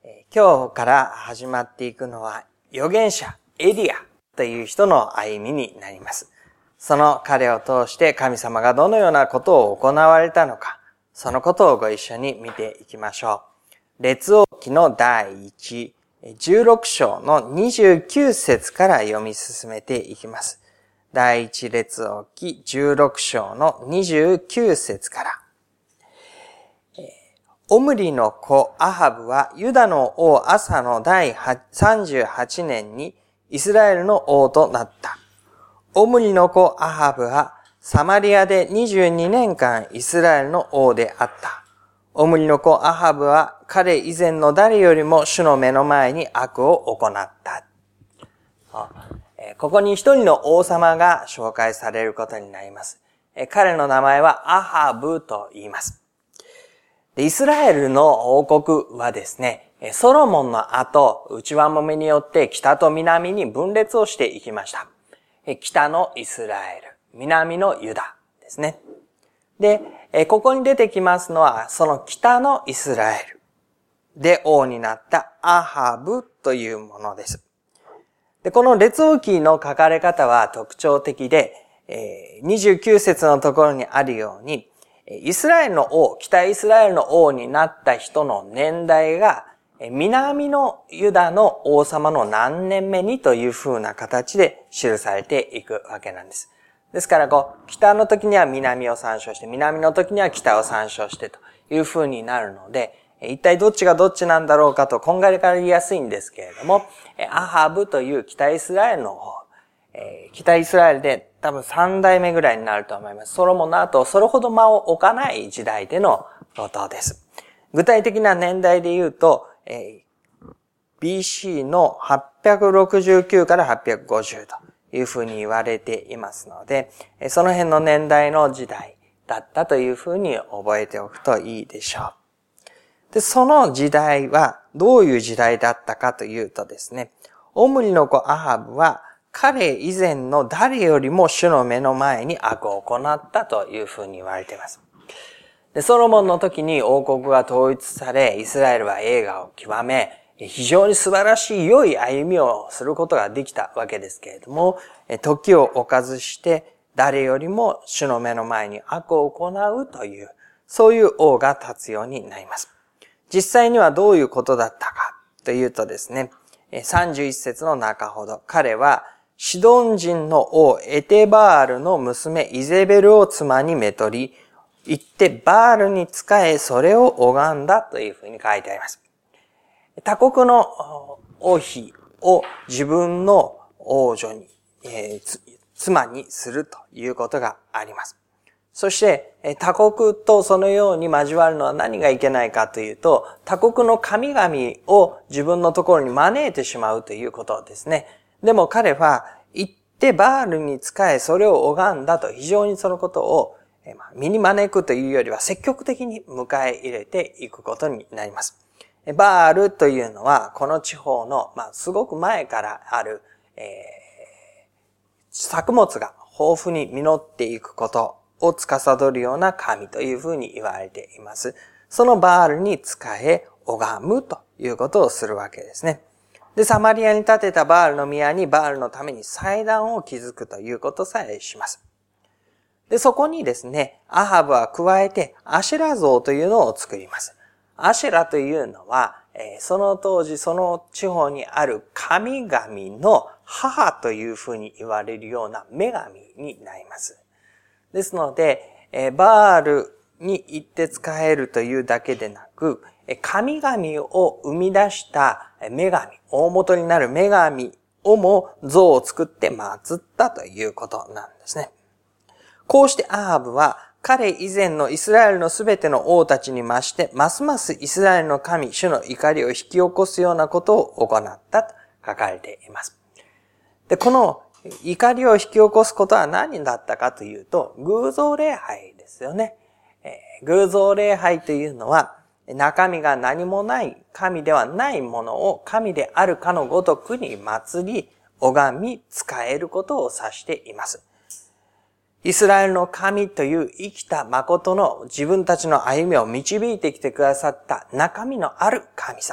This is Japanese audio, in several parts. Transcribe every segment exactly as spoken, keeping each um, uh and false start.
今日から始まっていくのは預言者エリアという人の歩みになります。その彼を通して神様がどのようなことを行われたのか、そのことをご一緒に見ていきましょう。列王記の第一、じゅうろく章のにじゅうきゅう節から読み進めていきます。第一列王記じゅうろく章のにじゅうきゅう節から。オムリの子アハブはユダの王アサの第さんじゅうはちねんにイスラエルの王となった。オムリの子アハブはサマリアでにじゅうにねんかんイスラエルの王であった。オムリの子アハブは彼以前の誰よりも主の目の前に悪を行った。ここに一人の王様が紹介されることになります。彼の名前はアハブと言います。イスラエルの王国はですね、ソロモンの後、内輪もめによって北と南に分裂をしていきました。北のイスラエル、南のユダですね。で、ここに出てきますのは、その北のイスラエルで王になったアハブというものです。で、この列王記の書かれ方は特徴的で、にじゅうきゅう節のところにあるように、イスラエルの王、北イスラエルの王になった人の年代が、南のユダの王様の何年目にという風な形で記されていくわけなんです。ですから、こう、北の時には南を参照して、南の時には北を参照してという風になるので、一体どっちがどっちなんだろうかとこんがりかりやすいんですけれども、アハブという北イスラエルの王、北イスラエルで多分三代目ぐらいになると思います。ソロモンの後、それほど間を置かない時代でのことです。具体的な年代で言うと、えー、ビーシー のはっぴゃくろくじゅうきゅうからはっぴゃくごじゅうというふうに言われていますので、その辺の年代の時代だったというふうに覚えておくといいでしょう。で、その時代はどういう時代だったかというとですね、オムリの子アハブは彼以前の誰よりも主の目の前に悪を行ったというふうに言われています。で、ソロモンの時に王国が統一され、イスラエルは栄華を極め、非常に素晴らしい良い歩みをすることができたわけですけれども、時を置かずして誰よりも主の目の前に悪を行うという、そういう王が立つようになります。実際にはどういうことだったかというとですね、さんじゅういち節の中ほど、彼はシドン人の王エテバールの娘イゼベルを妻にめとり、行ってバールに仕えそれを拝んだというふうに書いてあります。他国の王妃を自分の王女に、えー、妻にするということがあります。そして他国とそのように交わるのは何がいけないかというと、他国の神々を自分のところに招いてしまうということですね。でも彼は行ってバールに仕えそれを拝んだと、非常にそのことを身に招くというよりは積極的に迎え入れていくことになります。バールというのはこの地方の、まあ、すごく前からある、えー、作物が豊富に実っていくことを司るような神というふうに言われています。そのバールに仕え拝むということをするわけですね。で、サマリアに建てたバールの宮にバールのために祭壇を築くということさえします。で、そこにですね、アハブは加えてアシェラ像というのを作ります。アシェラというのは、その当時その地方にある神々の母というふうに言われるような女神になります。ですので、バールに行って仕えるというだけでなく、神々を生み出した女神、大元になる女神をも像を作って祀ったということなんですね。こうしてアハブは彼以前のイスラエルのすべての王たちに増して、ますますイスラエルの神、主の怒りを引き起こすようなことを行ったと書かれています。で、この怒りを引き起こすことは何だったかというと、偶像礼拝ですよね。えー、偶像礼拝というのは、中身が何もない神ではないものを神であるかのごとくに祭り、拝み、仕えることを指しています。イスラエルの神という生きた誠の自分たちの歩みを導いてきてくださった中身のある神様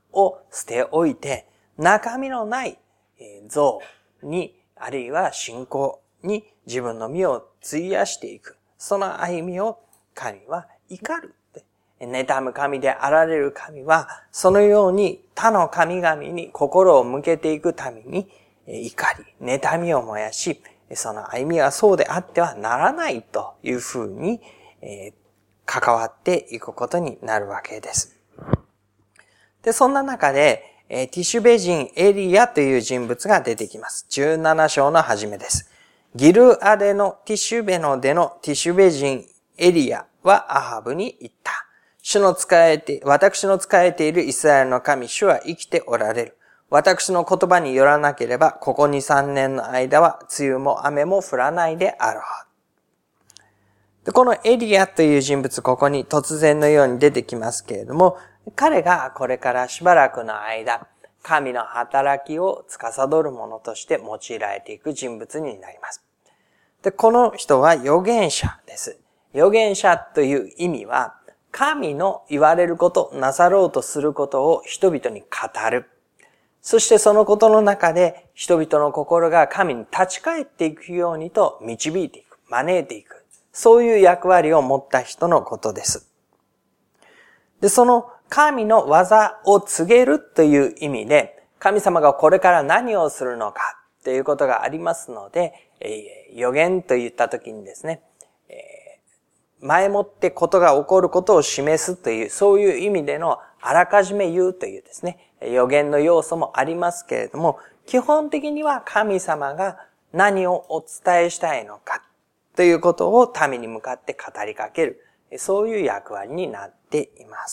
を捨ておいて、中身のない像に、あるいは信仰に自分の身を費やしていく。その歩みを神は怒る。妬む神であられる神は、そのように他の神々に心を向けていくために、怒り、妬みを燃やし、その歩みはそうであってはならないというふうに、えー、関わっていくことになるわけです。で、そんな中で、えー、ティシュベ人エリアという人物が出てきます。じゅうなな章の初めです。ギルアデのティシュベのでのティシュベ人エリアはアハブに言った。主の仕えて、私の仕えているイスラエルの神、主は生きておられる。私の言葉によらなければ、ここに、さんねんの間は、梅雨も雨も降らないであろう。で、このエリアという人物、ここに突然のように出てきますけれども、彼がこれからしばらくの間、神の働きを司る者として用いられていく人物になります。で、この人は預言者です。預言者という意味は、神の言われること、なさろうとすることを人々に語る。そしてそのことの中で人々の心が神に立ち返っていくようにと導いていく、招いていく。そういう役割を持った人のことです。で、その神の技を告げるという意味で、神様がこれから何をするのかということがありますので、えー、預言と言ったときにですね、えー、前もってことが起こることを示すという、そういう意味でのあらかじめ言うというですね、預言の要素もありますけれども、基本的には神様が何をお伝えしたいのかということを民に向かって語りかける、そういう役割になっています。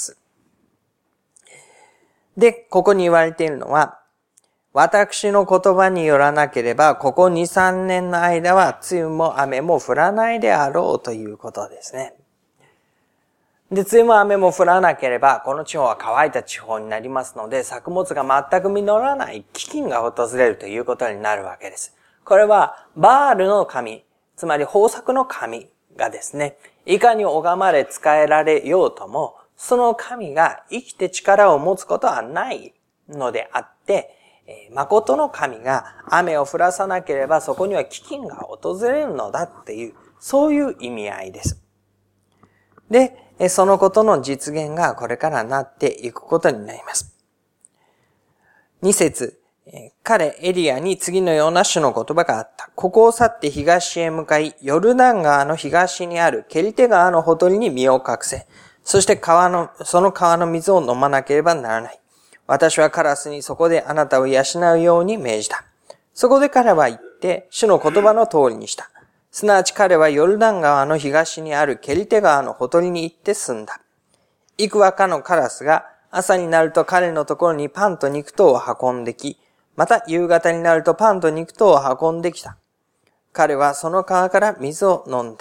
で、ここに言われているのは、私の言葉によらなければ、ここに、さんねんの間は梅雨も雨も降らないであろうということですね。で、梅雨も雨も降らなければ、この地方は乾いた地方になりますので、作物が全く実らない飢饉が訪れるということになるわけです。これは、バールの神、つまり豊作の神がですね、いかに拝まれ仕えられようとも、その神が生きて力を持つことはないのであって、誠の神が雨を降らさなければそこには飢饉が訪れるのだっていう、そういう意味合いです。で、そのことの実現がこれからなっていくことになります。二節、彼エリアに次のような主の言葉があった。ここを去って東へ向かい、ヨルダン川の東にあるケリテ川のほとりに身を隠せ。そして川の、その川の水を飲まなければならない。私はカラスにそこであなたを養うように命じた。そこで彼は言って、主の言葉の通りにした。すなわち彼はヨルダン川の東にあるケリテ川のほとりに行って住んだ。幾羽かのカラスが朝になると彼のところにパンと肉とを運んでき、また夕方になるとパンと肉とを運んできた。彼はその川から水を飲んだ。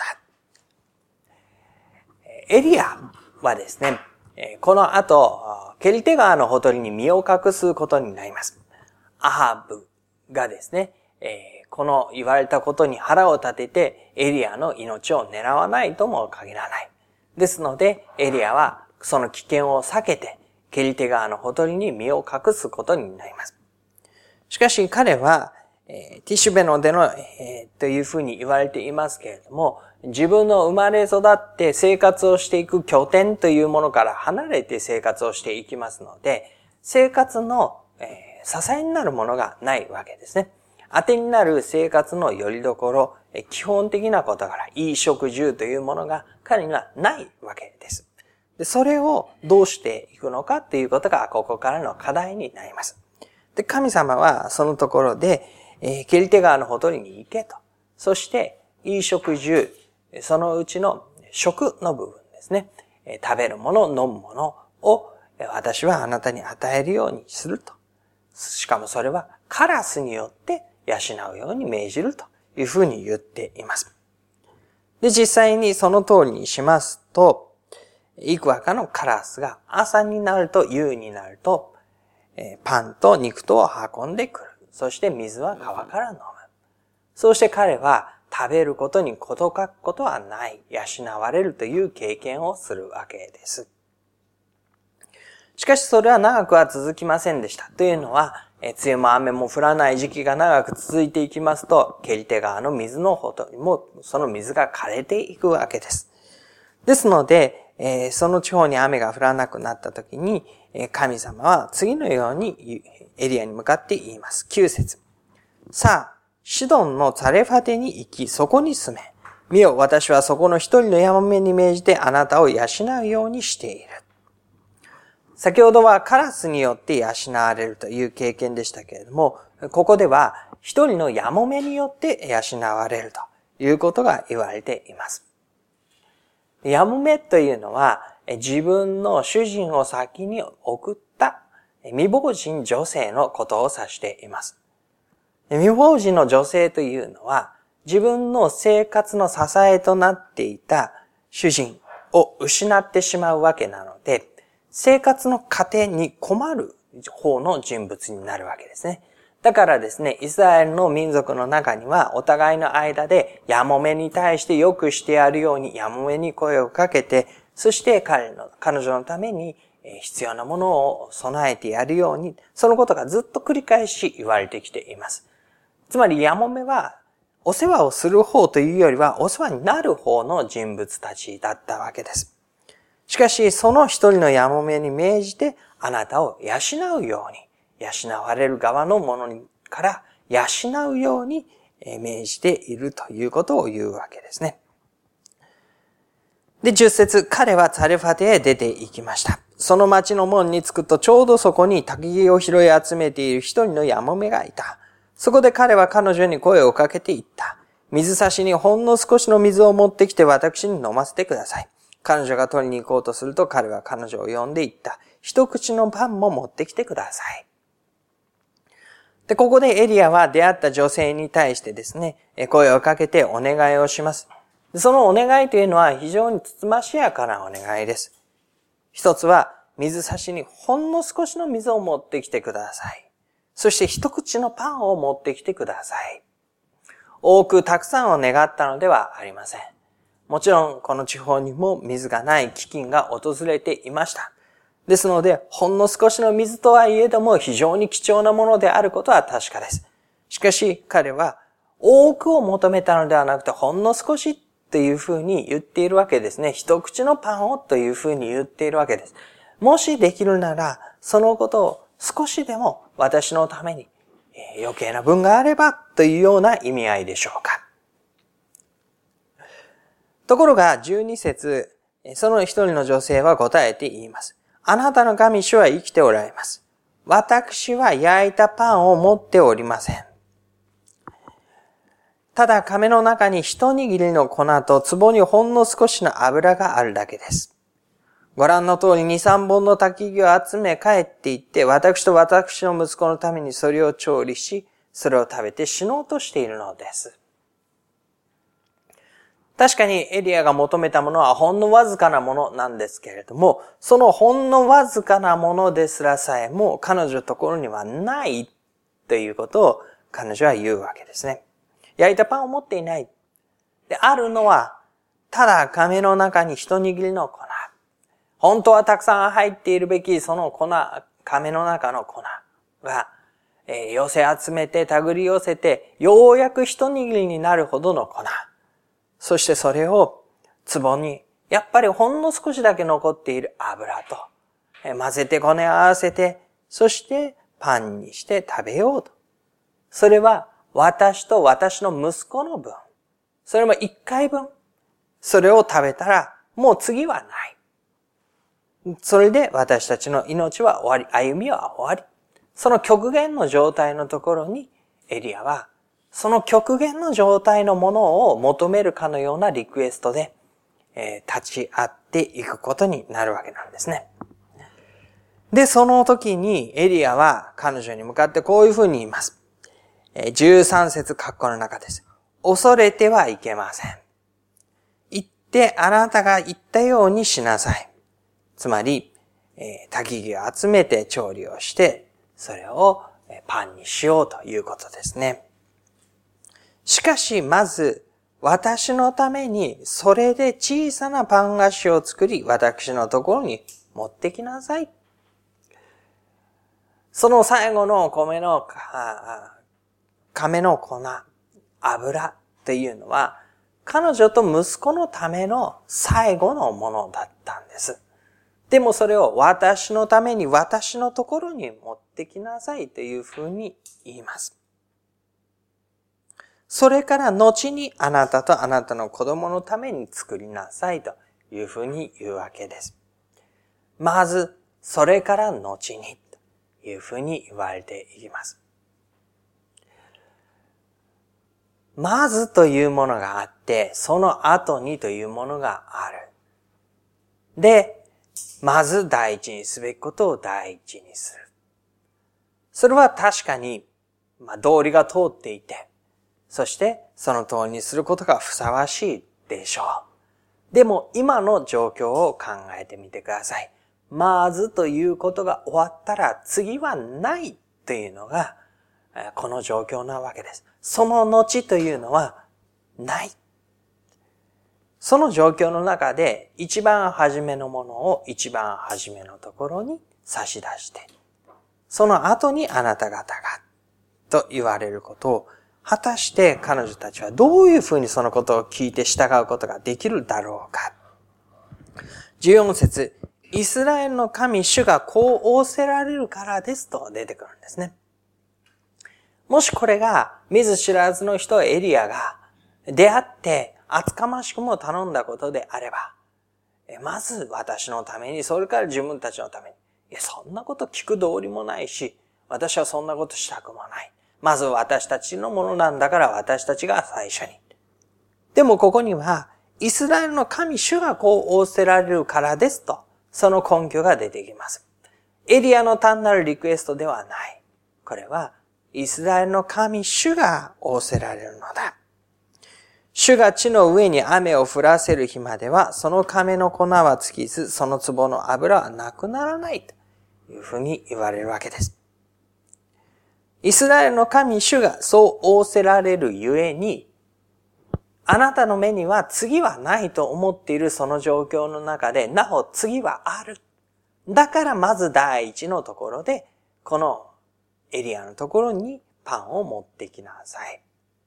エリアはですね、この後、ケリテ川のほとりに身を隠すことになります。アハブがですね、この言われたことに腹を立ててエリアの命を狙わないとも限らない。ですので、エリアはその危険を避けてケリテ川のほとりに身を隠すことになります。しかし彼は、ティシュベの出の、えー、というふうに言われていますけれども、自分の生まれ育って生活をしていく拠点というものから離れて生活をしていきますので、生活の、えー、支えになるものがないわけですね。当てになる生活の拠り所、基本的なことから、衣食住というものが彼にはないわけです。で、それをどうしていくのかということがここからの課題になります。で、神様はそのところで、えー、ケリテ川のほとりに行けと。そして、衣食住、そのうちの食の部分ですね。えー、食べるもの、飲むものを私はあなたに与えるようにすると。しかもそれはカラスによって養うように命じるというふうに言っています。で、実際にその通りにしますと、幾羽かのカラスが朝になると夕になると、パンと肉とを運んでくる。そして水は川から飲む。そうして彼は食べることに事欠くことはない、養われるという経験をするわけです。 しかしそれは長くは続きませんでした。というのは、え梅雨も雨も降らない時期が長く続いていきますと、ケリテ川の水のほとりもその水が枯れていくわけです。ですので、えー、その地方に雨が降らなくなった時に、えー、神様は次のようにエリアに向かって言います。きゅう節。さあ、シドンのザレファテに行き、そこに住め。見よ、私はそこの一人のヤモメに命じてあなたを養うようにしている。先ほどはカラスによって養われるという経験でしたけれども、ここでは一人のヤモメによって養われるということが言われています。ヤモメというのは自分の主人を先に送った未亡人女性のことを指しています。未亡人の女性というのは自分の生活の支えとなっていた主人を失ってしまうわけなので、生活の糧に困る方の人物になるわけですね。だからですね、イスラエルの民族の中にはお互いの間でヤモメに対してよくしてやるようにヤモメに声をかけて、そして彼の、彼女のために必要なものを備えてやるように、そのことがずっと繰り返し言われてきています。つまりヤモメはお世話をする方というよりはお世話になる方の人物たちだったわけです。しかしその一人のヤモメに命じてあなたを養うように、養われる側のものから養うように命じているということを言うわけですね。で、じゅっ節、彼はザレファテへ出て行きました。その町の門に着くとちょうどそこに焚き木を拾い集めている一人のヤモメがいた。そこで彼は彼女に声をかけて言った。水差しにほんの少しの水を持ってきて私に飲ませてください。彼女が取りに行こうとすると彼は彼女を呼んで言った。一口のパンも持ってきてください。で、ここでエリアは出会った女性に対してですね、声をかけてお願いをします。そのお願いというのは非常につつましやかなお願いです。一つは水差しにほんの少しの水を持ってきてください。そして一口のパンを持ってきてください。多くたくさんを願ったのではありません。もちろんこの地方にも水がない飢饉が訪れていました。ですので、ほんの少しの水とはいえども非常に貴重なものであることは確かです。しかし彼は多くを求めたのではなくてほんの少しというふうに言っているわけですね。一口のパンをというふうに言っているわけです。もしできるならそのことを少しでも私のために余計な分があればというような意味合いでしょうか。ところがじゅうに節、その一人の女性は答えて言います。あなたの神主は生きておられます。私は焼いたパンを持っておりません。ただ亀の中に一握りの粉と壺にほんの少しの油があるだけです。ご覧の通りに、さんぼんの焚き木を集め帰って行って、私と私の息子のためにそれを調理し、それを食べて死のうとしているのです。確かにエリアが求めたものはほんのわずかなものなんですけれども、そのほんのわずかなものですらさえも彼女のところにはないということを彼女は言うわけですね。焼いたパンを持っていない。で、あるのは、ただ亀の中に一握りの粉。本当はたくさん入っているべきその粉、亀の中の粉が、えー、寄せ集めて、手繰り寄せて、ようやく一握りになるほどの粉。そしてそれを壺に、やっぱりほんの少しだけ残っている油と、えー、混ぜてこね合わせて、そしてパンにして食べようと。それは私と私の息子の分。それも一回分。それを食べたら、もう次はない。それで私たちの命は終わり、歩みは終わり。その極限の状態のところにエリアは、その極限の状態のものを求めるかのようなリクエストで、えー、立ち会っていくことになるわけなんですね。で、その時にエリアは彼女に向かってこういうふうに言います。えー、じゅうさん節括弧の中です。恐れてはいけません。言ってあなたが言ったようにしなさい。つまり、えー、焚き木を集めて調理をして、それをパンにしようということですね。しかし、まず、私のために、それで小さなパン菓子を作り、私のところに持ってきなさい。 その最後の米の、亀の粉、油っていうのは、彼女と息子のための最後のものだったんです。でもそれを私のために私のところに持ってきなさいというふうに言います。それから後にあなたとあなたの子供のために作りなさいというふうに言うわけです。まず、それから後にというふうに言われていきます。まずというものがあって、その後にというものがある。で、まず第一にすべきことを第一にする。それは確かに、まあ、道理が通っていて、そしてその通りにすることがふさわしいでしょう。でも今の状況を考えてみてください。まずということが終わったら次はないというのがこの状況なわけです。その後というのはない。その状況の中で一番初めのものを一番初めのところに差し出して、その後にあなた方がと言われることを、果たして彼女たちはどういうふうにそのことを聞いて従うことができるだろうか。じゅうよん節、イスラエルの神主がこう仰せられるからですと出てくるんですね。もしこれが見ず知らずの人エリアが出会って厚かましくも頼んだことであれば、まず私のために、それから自分たちのために、いや、そんなこと聞く道理もないし、私はそんなことしたくもない。まず私たちのものなんだから私たちが最初に。でもここには、イスラエルの神主がこう仰せられるからですと、その根拠が出てきます。エリアの単なるリクエストではない。これは、イスラエルの神主が仰せられるのだ。主が地の上に雨を降らせる日までは、その亀の粉は尽きず、その壺の油はなくならないというふうに言われるわけです。イスラエルの神主がそう仰せられるゆえに、あなたの目には次はないと思っているその状況の中で、なお次はある。だからまず第一のところで、このエリアのところにパンを持ってきなさい。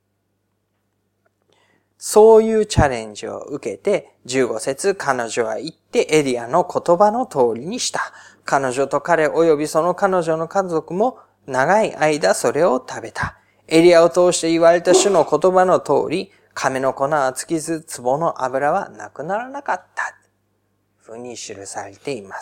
そういうチャレンジを受けて、じゅうご節、彼女は言ってエリアの言葉の通りにした。彼女と彼及びその彼女の家族も長い間それを食べた。エリアを通して言われた主の言葉の通り、亀の粉は尽きず、壺の油はなくならなかった。ふうに記されています。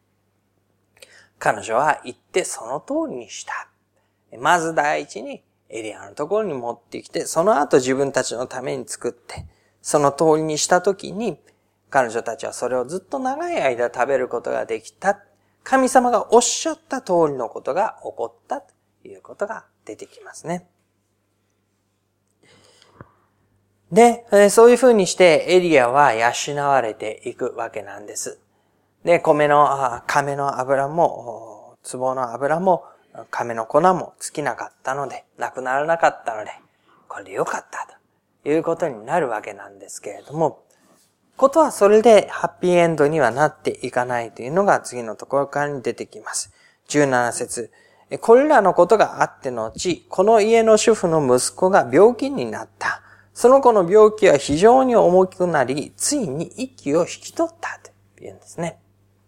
彼女は言ってその通りにした。まず第一にエリアのところに持ってきて、その後自分たちのために作って、その通りにしたときに、彼女たちはそれをずっと長い間食べることができた。神様がおっしゃった通りのことが起こったということが出てきますね。で、そういうふうにしてエリアは養われていくわけなんです。で、米の、亀の油も、壺の油も、亀の粉も尽きなかったので、なくならなかったので、これでよかったということになるわけなんですけれども、ことはそれでハッピーエンドにはなっていかないというのが次のところからに出てきます。じゅうなな節。これらのことがあってのち、この家の主婦の息子が病気になった。その子の病気は非常に重くなり、ついに息を引き取ったというんですね。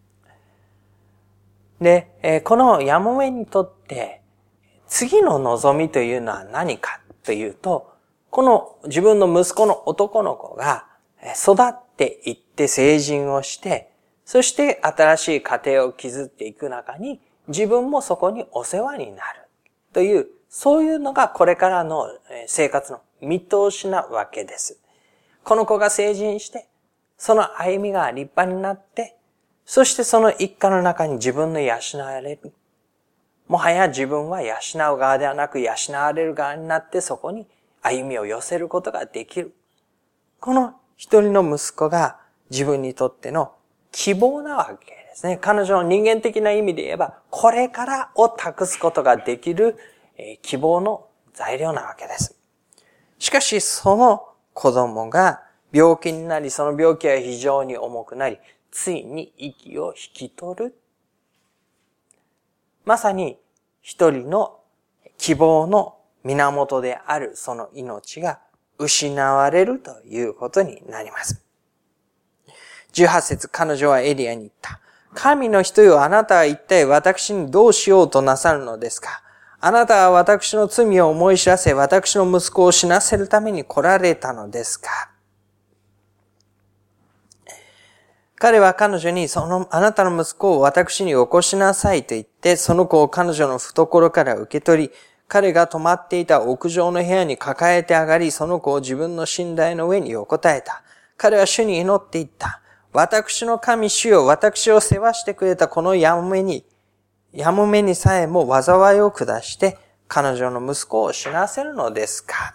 で、このやもめにとって、次の望みというのは何かというと、この自分の息子の男の子が育っていって成人をして、そして新しい家庭を築っていく中に、自分もそこにお世話になるという、そういうのがこれからの生活の見通しなわけです。この子が成人して、その歩みが立派になって、そしてその一家の中に自分の養われる。もはや自分は養う側ではなく養われる側になってそこに歩みを寄せることができる。この一人の息子が自分にとっての希望なわけですね。彼女の人間的な意味で言えば、これからを託すことができる希望の材料なわけです。しかしその子供が病気になり、その病気は非常に重くなり、ついに息を引き取る。まさに一人の希望の源であるその命が失われるということになります。じゅうはち節、彼女はエリアに言った。神の人よ、あなたは一体私にどうしようとなさるのですか？あなたは私の罪を思い知らせ、私の息子を死なせるために来られたのですか？彼は彼女に、その、あなたの息子を私に起こしなさいと言って、その子を彼女の懐から受け取り、彼が泊まっていた屋上の部屋に抱えて上がり、その子を自分の寝台の上に横たえた。彼は主に祈っていった。私の神主よ、私を世話してくれたこのやもめに、やもめにさえも災いを下して、彼女の息子を死なせるのですか？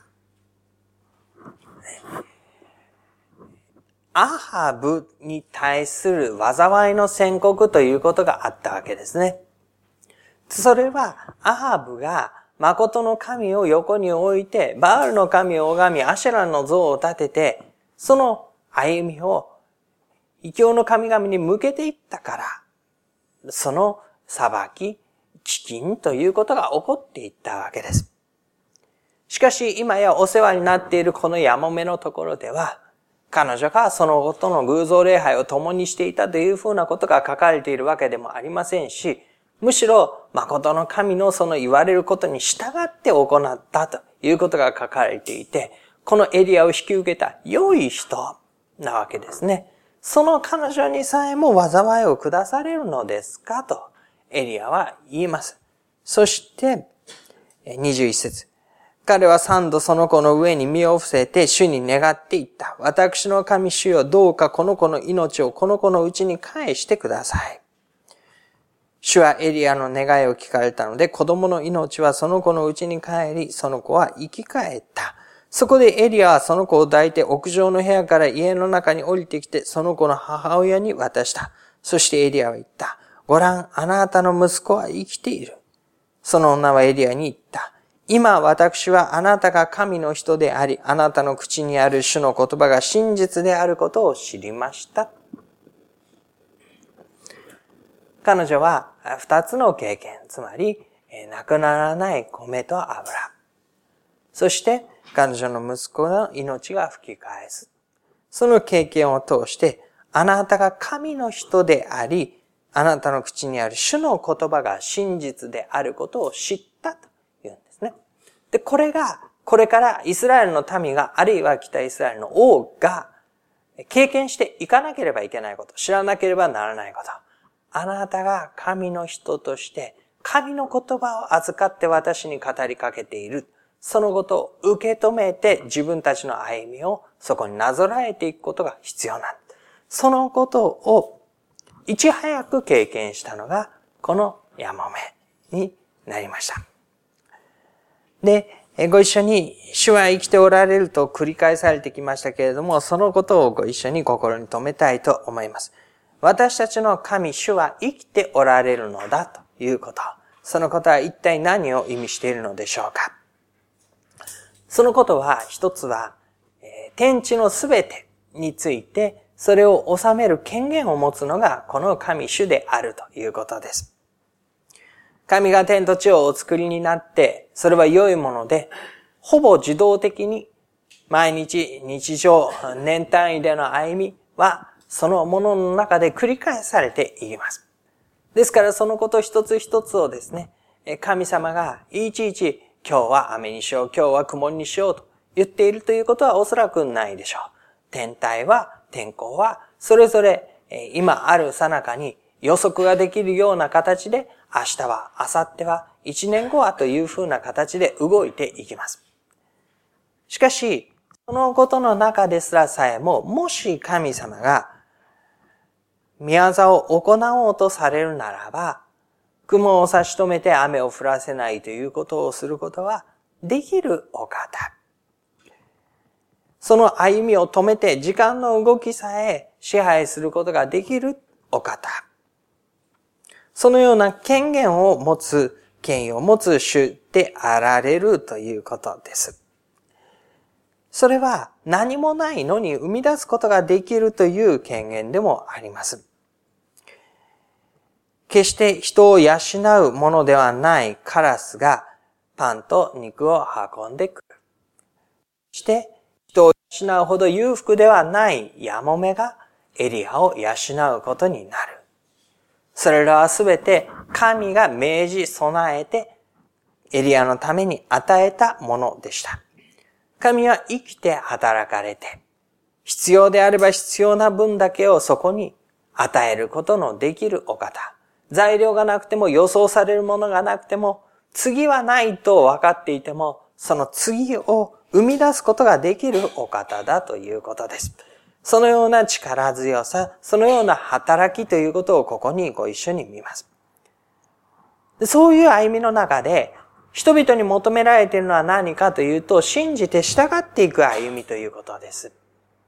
アハブに対する災いの宣告ということがあったわけですね。それは、アハブが誠の神を横に置いて、バールの神を拝み、アシェラの像を立てて、その歩みを異教の神々に向けていったから、その裁き、飢饉ということが起こっていったわけです。しかし、今やお世話になっているこのやもめのところでは、彼女がその夫の偶像礼拝を共にしていたというふうなことが書かれているわけでもありませんし、むしろ誠の神のその言われることに従って行ったということが書かれていて、このエリアを引き受けた良い人なわけですね。その彼女にさえも災いを下されるのですかとエリアは言います。そしてにじゅういち節。彼は三度その子の上に身を伏せて主に願っていった。私の神主よ、どうかこの子の命をこの子のうちに返してください。主はエリアの願いを聞かれたので、子供の命はその子のうちに帰り、その子は生き返った。そこでエリアはその子を抱いて屋上の部屋から家の中に降りてきて、その子の母親に渡した。そしてエリアは言った。ご覧、あなたの息子は生きている。その女はエリアに言った。今私はあなたが神の人であり、あなたの口にある主の言葉が真実であることを知りました。彼女は二つの経験、つまり、なくならない米と油。そして、彼女の息子の命が吹き返す。その経験を通して、あなたが神の人であり、あなたの口にある主の言葉が真実であることを知ったというんですね。で、これが、これからイスラエルの民が、あるいは北イスラエルの王が、経験していかなければいけないこと、知らなければならないこと。あなたが神の人として、神の言葉を預かって私に語りかけている。そのことを受け止めて自分たちの歩みをそこになぞらえていくことが必要なんだ。そのことをいち早く経験したのがこのやもめになりました。で、ご一緒に主は生きておられると繰り返されてきましたけれども、そのことをご一緒に心に留めたいと思います。私たちの神主は生きておられるのだということ。そのことは一体何を意味しているのでしょうか。そのことは一つは、えー、天地のすべてについてそれを治める権限を持つのがこの神主であるということです。神が天と地をお作りになって、それは良いもので、ほぼ自動的に毎日日常年単位での歩みはそのものの中で繰り返されていきます。ですからそのこと一つ一つをですね、神様がいちいち今日は雨にしよう、今日は曇りにしようと言っているということはおそらくないでしょう。天体は、天候は、それぞれ今ある最中に予測ができるような形で、明日は、明後日は、一年後はというふうな形で動いていきます。しかし、そのことの中ですらさえも、もし神様が、宮業を行おうとされるならば、雲を差し止めて雨を降らせないということをすることはできるお方。その歩みを止めて時間の動きさえ支配することができるお方。そのような権限を持つ、権威を持つ主であられるということです。それは何もないのに生み出すことができるという権限でもあります。 決して人を養うものではないカラスがパンと肉を運んでくる。そして人を養うほど裕福ではないヤモメがエリアを養うことになる。それらはすべて神が命じ備えてエリアのために与えたものでした。神は生きて働かれて、必要であれば必要な分だけをそこに与えることのできるお方。材料がなくても予想されるものがなくても、次はないと分かっていても、その次を生み出すことができるお方だということです。そのような力強さ、そのような働きということをここにご一緒に見ます。そういう歩みの中で、人々に求められているのは何かというと、信じて従っていく歩みということです。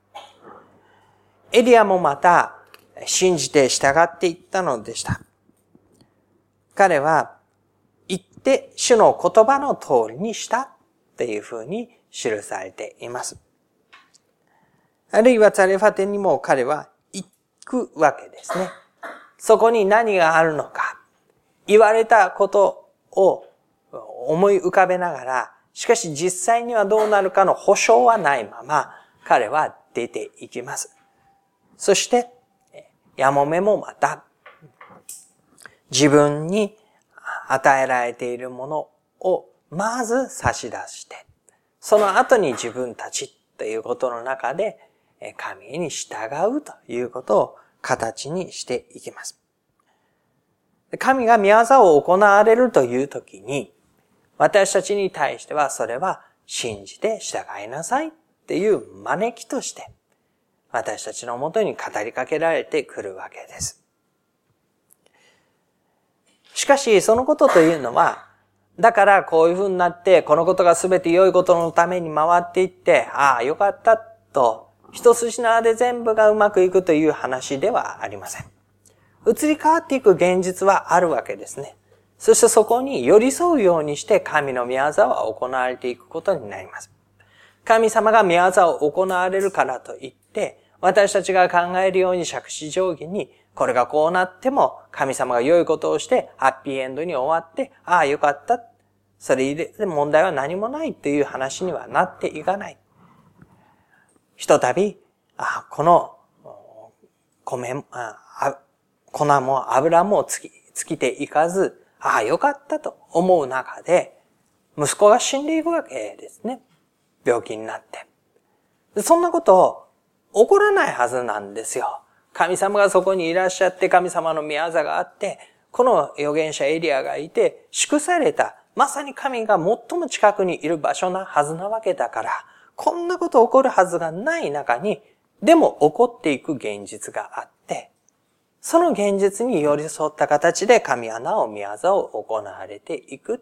エリアもまた信じて従っていったのでした。彼は言って主の言葉の通りにしたっていうふうに記されています。あるいはザレファテにも彼は行くわけですね。そこに何があるのか、言われたことを思い浮かべながら、しかし実際にはどうなるかの保証はないまま彼は出ていきます。そして、ヤモメもまた、自分に与えられているものをまず差し出して、その後に自分たちということの中で、神に従うということを形にしていきます。神が御業を行われるというときに、私たちに対してはそれは信じて従いなさいっていう招きとして、私たちのもとに語りかけられてくるわけです。しかし、そのことというのは、だからこういうふうになって、このことが全て良いことのために回っていって、ああ、よかったと、一筋縄で全部がうまくいくという話ではありません。移り変わっていく現実はあるわけですね。そしてそこに寄り添うようにして神の御業は行われていくことになります。神様が御業を行われるからといって、私たちが考えるように杓子定規に、これがこうなっても神様が良いことをしてハッピーエンドに終わって、ああよかった。それで問題は何もないという話にはなっていかない。ひとたび、あこの米、あ粉も油も尽き、尽きていかず、ああよかったと思う中で、息子が死んでいくわけですね。病気になって。そんなこと起こらないはずなんですよ。神様がそこにいらっしゃって、神様の御業があって、この預言者エリアがいて、祝された、まさに神が最も近くにいる場所なはずなわけだから、こんなこと起こるはずがない中に、でも起こっていく現実があって、その現実に寄り添った形で神はなお御業を行われていく。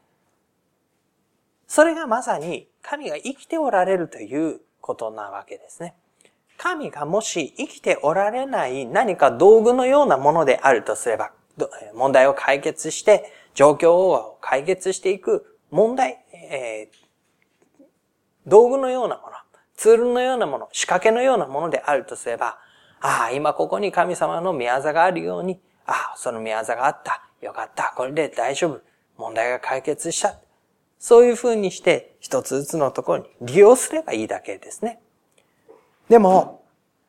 それがまさに神が生きておられるということなわけですね。神がもし生きておられない何か道具のようなものであるとすれば、問題を解決して、状況を解決していく問題、えー、道具のようなもの、ツールのようなもの、仕掛けのようなものであるとすれば、ああ、今ここに神様の御業があるように、ああ、その御業があった。よかった。これで大丈夫。問題が解決した。そういうふうにして、一つずつのところに利用すればいいだけですね。でも、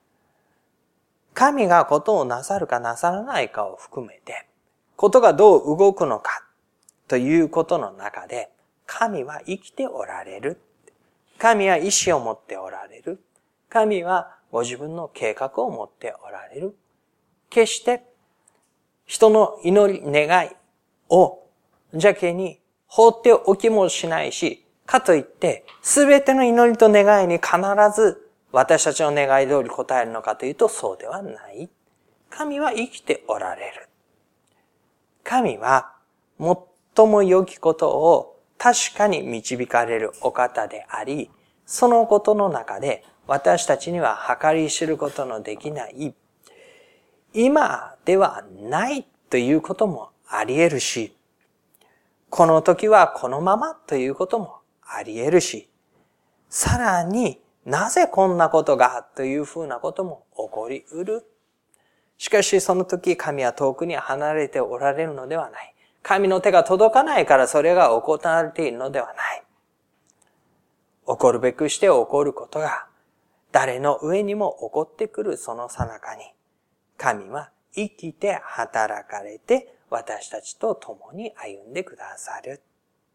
神がことをなさるかなさらないかを含めて、ことがどう動くのかということの中で、神は生きておられる。神は意志を持っておられる。神はご自分の計画を持っておられる。決して人の祈り、願いを邪気に放っておきもしないし、かといってすべての祈りと願いに必ず私たちの願い通り答えるのかというとそうではない。神は生きておられる。神は最も良きことを確かに導かれるお方であり、そのことの中で私たちには計り知ることのできない、今ではないということもあり得るし、この時はこのままということもあり得るし、さらになぜこんなことがというふうなことも起こりうる。 しかしその時神は遠くに離れておられるのではない。神の手が届かないからそれが行われているのではない。起こるべくして起こることが誰の上にも起こってくるその最中に、神は生きて働かれて私たちと共に歩んでくださる。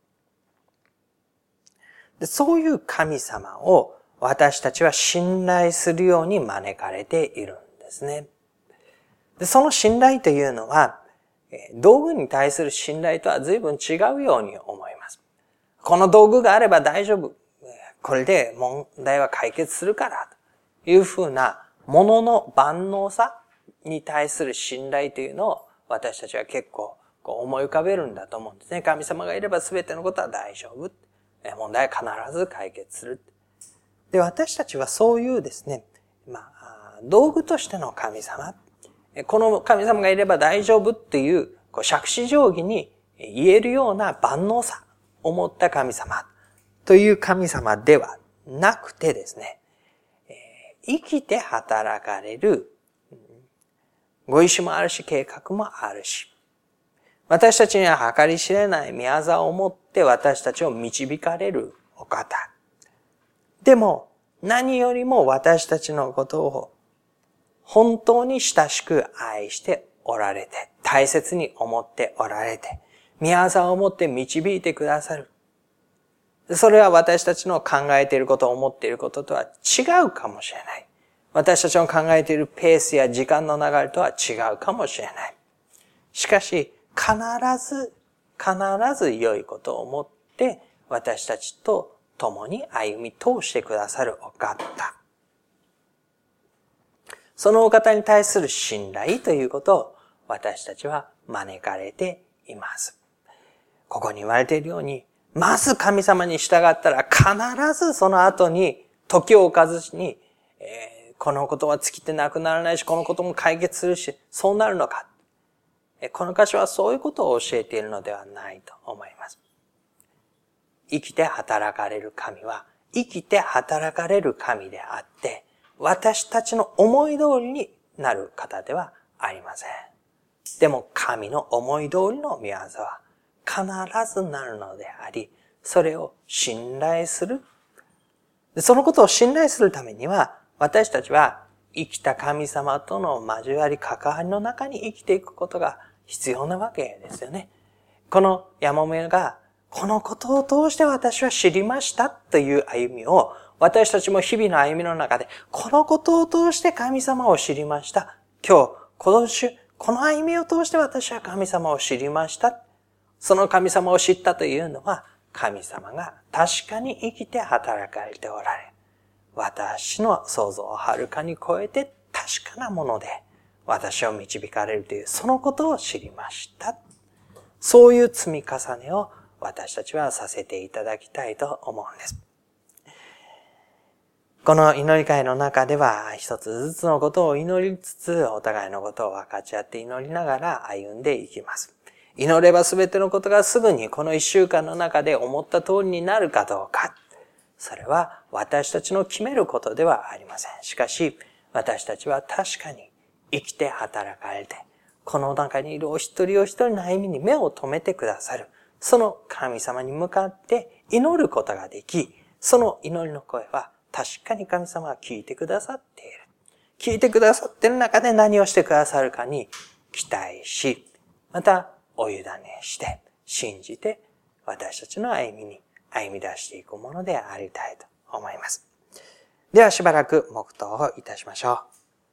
で、そういう神様を私たちは信頼するように招かれているんですね。で、その信頼というのは、道具に対する信頼とは随分違うように思います。この道具があれば大丈夫。これで問題は解決するからというふうなものの万能さに対する信頼というのを私たちは結構こう思い浮かべるんだと思うんですね。神様がいれば全てのことは大丈夫。問題は必ず解決する。で、私たちはそういうですね、まあ、道具としての神様、この神様がいれば大丈夫っていう、こう杓子定規に言えるような万能さを持った神様という神様ではなくてですね、生きて働かれる、ご意志もあるし計画もあるし、私たちには計り知れない御業を持って私たちを導かれるお方。でも何よりも私たちのことを本当に親しく愛しておられて、大切に思っておられて、御業を持って導いてくださる。それは私たちの考えていること、思っていることとは違うかもしれない。私たちの考えているペースや時間の流れとは違うかもしれない。しかし、必ず、必ず良いことを思って私たちと共に歩み通してくださるお方。そのお方に対する信頼ということを私たちは招かれています。ここに言われているように、まず神様に従ったら必ずその後に時を置かずに、えー、このことは尽きてなくならないし、このことも解決するし、そうなるのか。この箇所はそういうことを教えているのではないと思います。生きて働かれる神は、生きて働かれる神であって、私たちの思い通りになる方ではありません。でも神の思い通りの御業は必ずなるのであり、それを信頼する。そのことを信頼するためには、私たちは生きた神様との交わり関わりの中に生きていくことが必要なわけですよね。このヤモメが、このことを通して私は知りましたという歩みを、私たちも日々の歩みの中で、このことを通して神様を知りました。今日、今週、この歩みを通して私は神様を知りました。その神様を知ったというのは、神様が確かに生きて働かれておられ、私の想像をはるかに超えて確かなもので、私を導かれるという、そのことを知りました。そういう積み重ねを私たちはさせていただきたいと思うんです。この祈り会の中では一つずつのことを祈りつつ、お互いのことを分かち合って祈りながら歩んでいきます。祈ればすべてのことがすぐにこの一週間の中で思った通りになるかどうか。それは私たちの決めることではありません。しかし、私たちは確かに生きて働かれて、この中にいるお一人お一人の歩みに目を留めてくださる。その神様に向かって祈ることができ、その祈りの声は確かに神様は聞いてくださっている。聞いてくださっている中で何をしてくださるかに期待し、またお委ねして、信じて私たちの歩みに歩み出していくものでありたいと思います。ではしばらく黙祷をいたしましょう。